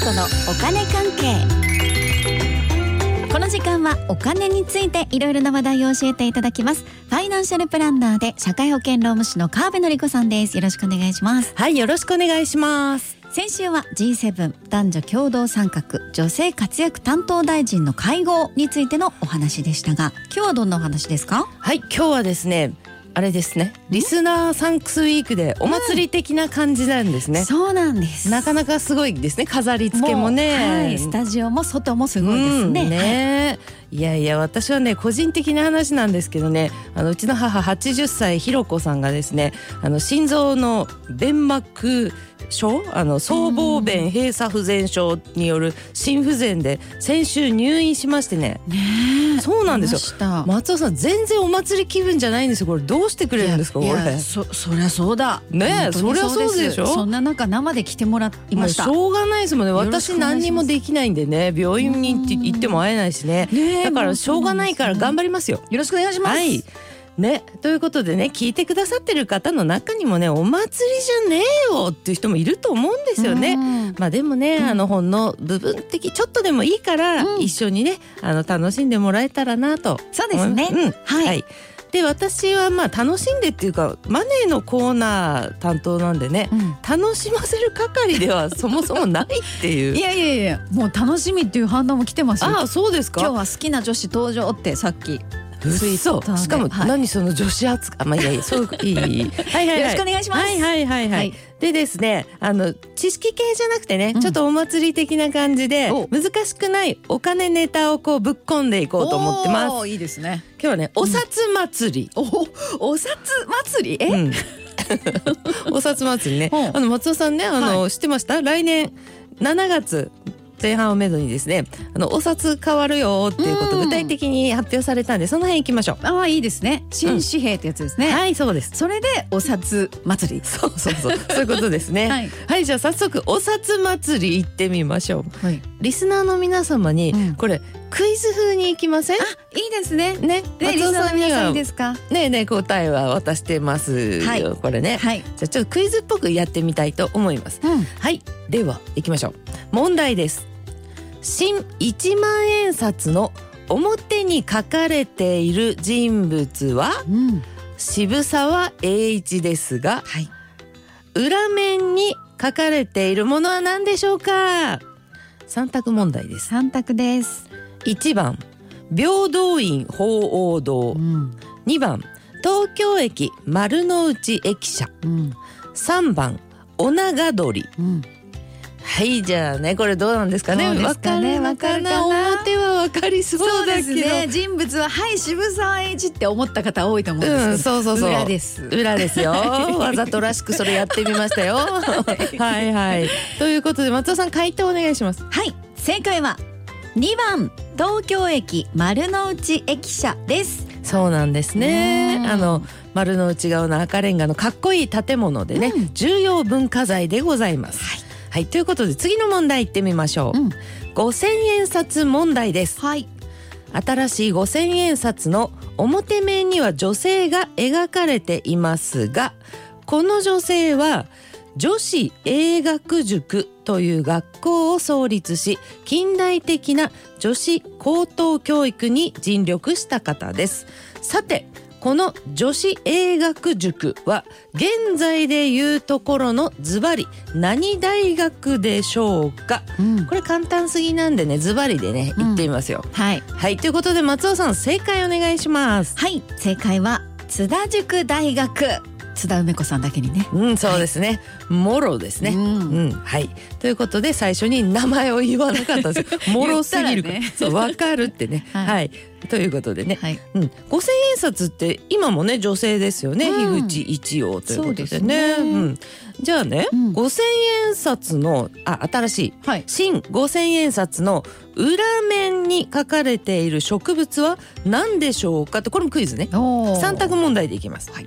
子のお金関係。この時間はお金についていろいろな話題を教えていただきます。ファイナンシャルプランナーで社会保険労務士の川辺典子さんです。よろしくお願いします。 はい、よろしくお願いします。 先週は G7 男女共同参画女性活躍担当大臣の会合についてのお話でしたが、今日はどんなお話ですか？ はい、今日はですね、あれですね、リスナーサンクスウィークでお祭り的な感じなんですね。 そうなんです。 なかなかすごいですね。飾り付けもね、 はい、スタジオも外もすごいですね。 ね、いやいや、私はね個人的な話なんですけどね、うちの母80歳ひろこさんがですね、心臓の弁膜症、僧帽弁閉鎖不全症による心不全で先週入院しましてね。そうなんですよ。松尾さん、全然お祭り気分じゃないんですよ。これどうしてくれるんですか？これそりゃそうだね。そりゃそうでしょ。 そんな中生で来てもらいました。 しょうがないですもんね。私何にもできないんでね、病院に行っても会えないしね。だからしょうがないから頑張りますよ。 よろしくお願いします。 はいね、ということでね、聞いてくださってる方の中にもね、お祭りじゃねえよっていう人もいると思うんですよね。まあでもね、ほんの部分的ちょっとでもいいから、一緒にね楽しんでもらえたらなと。 そうですね、 はい、で私はまあ楽しんでっていうかマネーのコーナー担当なんでね、楽しませる係ではそもそもないっていういやもう楽しみっていう反応も来てますよ。 あ、そうですか。 今日は好きな女子登場ってさっきそう、しかも何その女子扱い、まあいやいや、そういいはいはい、 よろしくお願いします。 はい、でですね、知識系じゃなくてね、ちょっとお祭り的な感じで難しくないお金ネタをこうぶっ込んでいこうと思ってます。 いいですね。 今日はね、お札祭り。 お札祭り、 お札祭りね。松尾さんね、知ってました？来年7月前半をめどにですね、お札変わるよっていうことを具体的に発表されたんで、その辺行きましょう。 ああ、いいですね。新紙幣ってやつですね。 はい、そうです。 それでお札祭り。 そうそういうことですね。はい、じゃあ早速お札祭り行ってみましょう。リスナーの皆様にこれクイズ風に行きません？あ、いいですね。 ね、 松尾さんにはいいですか？ ね答えは渡してますよ、これね。じゃあちょっとクイズっぽくやってみたいと思います。はい、では行きましょう。問題です。新1万円札の表に書かれている人物は、渋沢栄一ですが、裏面に書かれているものは何でしょうか？3択問題です。 3択です。 1番平等院鳳凰堂、2番東京駅丸の内駅舎、3番お長鳥。はい、じゃあね、これどうなんですかね。わかるかな。表はわかりそうだけど、 ね、人物は渋沢栄一って思った方多いと思うんですけど、 そう裏です。 裏ですよ。わざとらしくそれやってみましたよ。はいということで松尾さん、回答お願いします。 はい、正解は2番東京駅丸の内駅舎です。 そうなんですね。丸の内側の赤レンガのかっこいい建物でね、重要文化財でございます。はい、ということで次の問題いってみましょう。5000円札問題です。新しい5000円札の表面には女性が描かれていますが、この女性は女子英学塾という学校を創立し、近代的な女子高等教育に尽力した方です。さて、この女子英学塾は現在でいうところのズバリ何大学でしょうか？これ簡単すぎなんでね、ズバリでね言ってみますよ。はい、ということで松尾さん、正解お願いします。 はい、正解は津田塾大学。津田梅子さんだけにね。 そうですね。もろですね。はい。ということで最初に名前を言わなかったんですよ。もろすぎるから。そう、わかるってね。はい。ということでね。5000円札って今もね女性ですよね。樋口一葉ということでね。じゃあね、5000円札の新しい新5000円札の裏面に書かれている植物は何でしょうかって、これもクイズね。3択問題でいきます。はい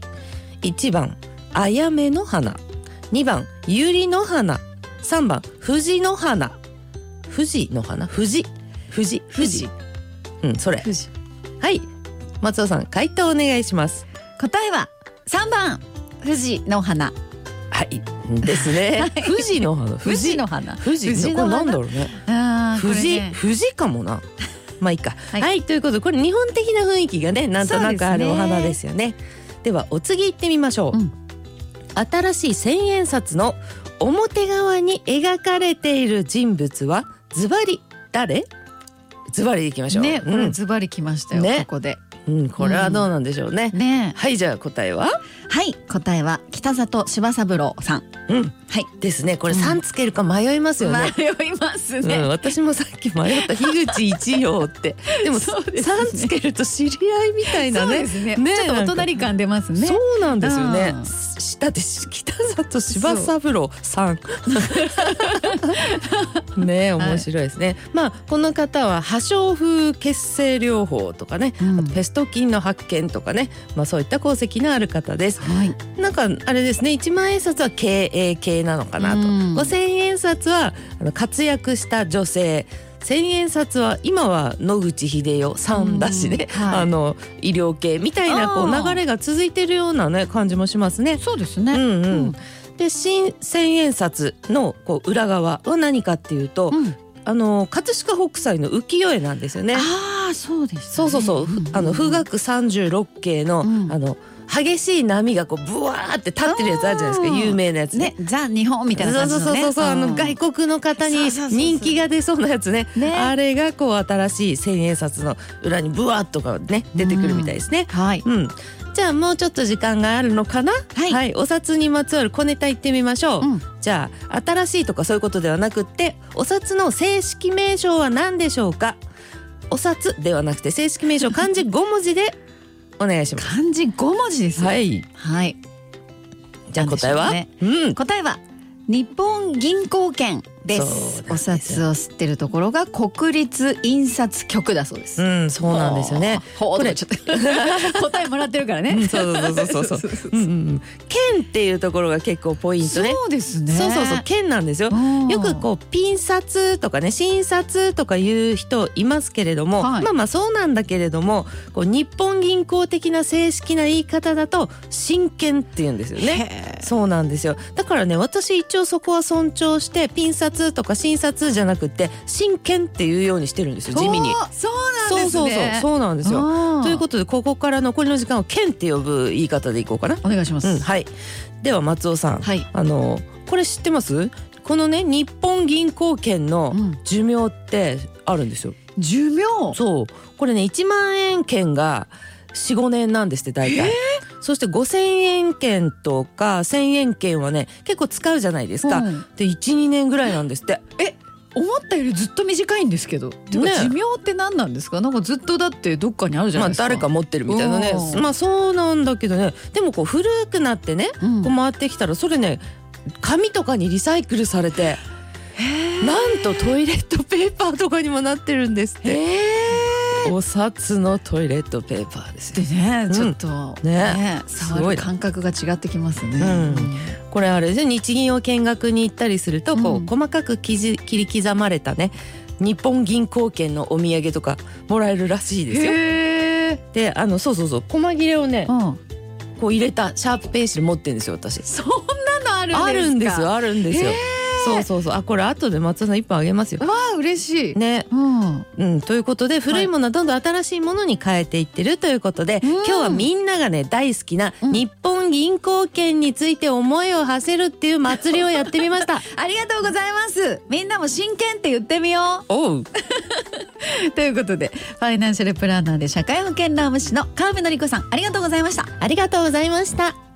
。1番あやめの花、2番ゆりの花、3番藤の花。藤の花、藤それ。はい、松尾さん、回答お願いします。 答えは3番藤の花。 はいですね。富士の花。 富士の花。 富士これなんだろうね。富士かもな。まあいいか。はい、ということでこれ日本的な雰囲気がねなんとなくあるお花ですよね。ではお次行ってみましょう。新しい千円札の表側に描かれている人物はズバリ誰？ズバリいきましょう。 ね、これズバリきましたよ、ここで。 これはどうなんでしょうね。はい、じゃあ答えは？ はい、答えは北里柴三郎さん。 はいですね。これ3つけるか迷いますよね。 迷いますね。 私もさっき迷った樋口一葉ってでも3つけると知り合いみたいなね。 ちょっとお隣感出ますね。 そうなんですよね。だって北里柴三郎さんね、面白いですね。まあこの方は破傷風血清療法とかね、あとペスト菌の発見とかね、まあそういった功績のある方です。なんかあれですね、1万円札は経営系なのかなと、5000円札は活躍した女性、1000円札は今は野口英世さんだしね、医療系みたいなこう流れが続いてるようなね感じもしますね。 そうですね。 で新1000円札のこう裏側は何かっていうと、葛飾北斎の浮世絵なんですよね。 そうです。 そう富岳36景の激しい波がこうブワーって立ってるやつあるじゃないですか、有名なやつね。 ザ日本みたいな感じのね。 外国の方に人気が出そうなやつね。あれがこう新しい千円札の裏にブワーっとかね出てくるみたいですね。じゃあもうちょっと時間があるのかな。お札にまつわる小ネタいってみましょう。じゃあ新しいとかそういうことではなくってお札の正式名称は何でしょうか。お札ではなくて正式名称漢字5文字でお願いします。 漢字5文字です。 はいじゃあ答えは、 答えは日本銀行券です。お札を吸ってるところが国立印刷局だそうです。 そうなんですよね。 これちょっと答えもらってるからね。 そう券っていうところが結構ポイントね。 そうですね。 券なんですよ。よくこうピン札とかね新札とかいう人いますけれども、まあそうなんだけれども、こう日本銀行的な正式な言い方だと新券って言うんですよね。そうなんですよ。だからね私一応そこは尊重してピン札とか新札じゃなくて新券っていうようにしてるんですよ、地味に。 そうなんですね。 そうなんですよ。ということでここから残りの時間を券って呼ぶ言い方でいこうかな。 お願いします。 では松尾さん、これ知ってます？このね日本銀行券の寿命ってあるんですよ。 寿命？ そうこれね1万円券が 4,5 年なんですって大体。そして5,000円券とか1,000円券はね結構使うじゃないですか。で 1,2 年ぐらいなんですって。 思ったよりずっと短いんですけど。寿命って何なんですか？なんかずっとだってどっかにあるじゃないですか。 誰か持ってるみたいなね。まあそうなんだけどね。でもこう古くなってね、こう回ってきたらそれね紙とかにリサイクルされて、なんとトイレットペーパーとかにもなってるんですって。お札のトイレットペーパーですよ。 でね、ちょっとね触る感覚が違ってきますね。 これあれで日銀を見学に行ったりするとこう細かく切り刻まれたね日本銀行券のお土産とかもらえるらしいですよ。でそう細切れをねこう入れたシャープペンシル持ってるんですよ私。 そんなのあるんですか？ あるんですよ。そうこれ後で松尾さん1本あげますよ。 わあ嬉しいね。ということで古いものはどんどん新しいものに変えていってるということで、今日はみんながね大好きな日本銀行券について思いを馳せるっていう祭りをやってみました。 ありがとうございます。みんなも真剣って言ってみよう。ということでファイナンシャルプランナーで社会保険労務士の川辺典子さんありがとうございました。 ありがとうございました。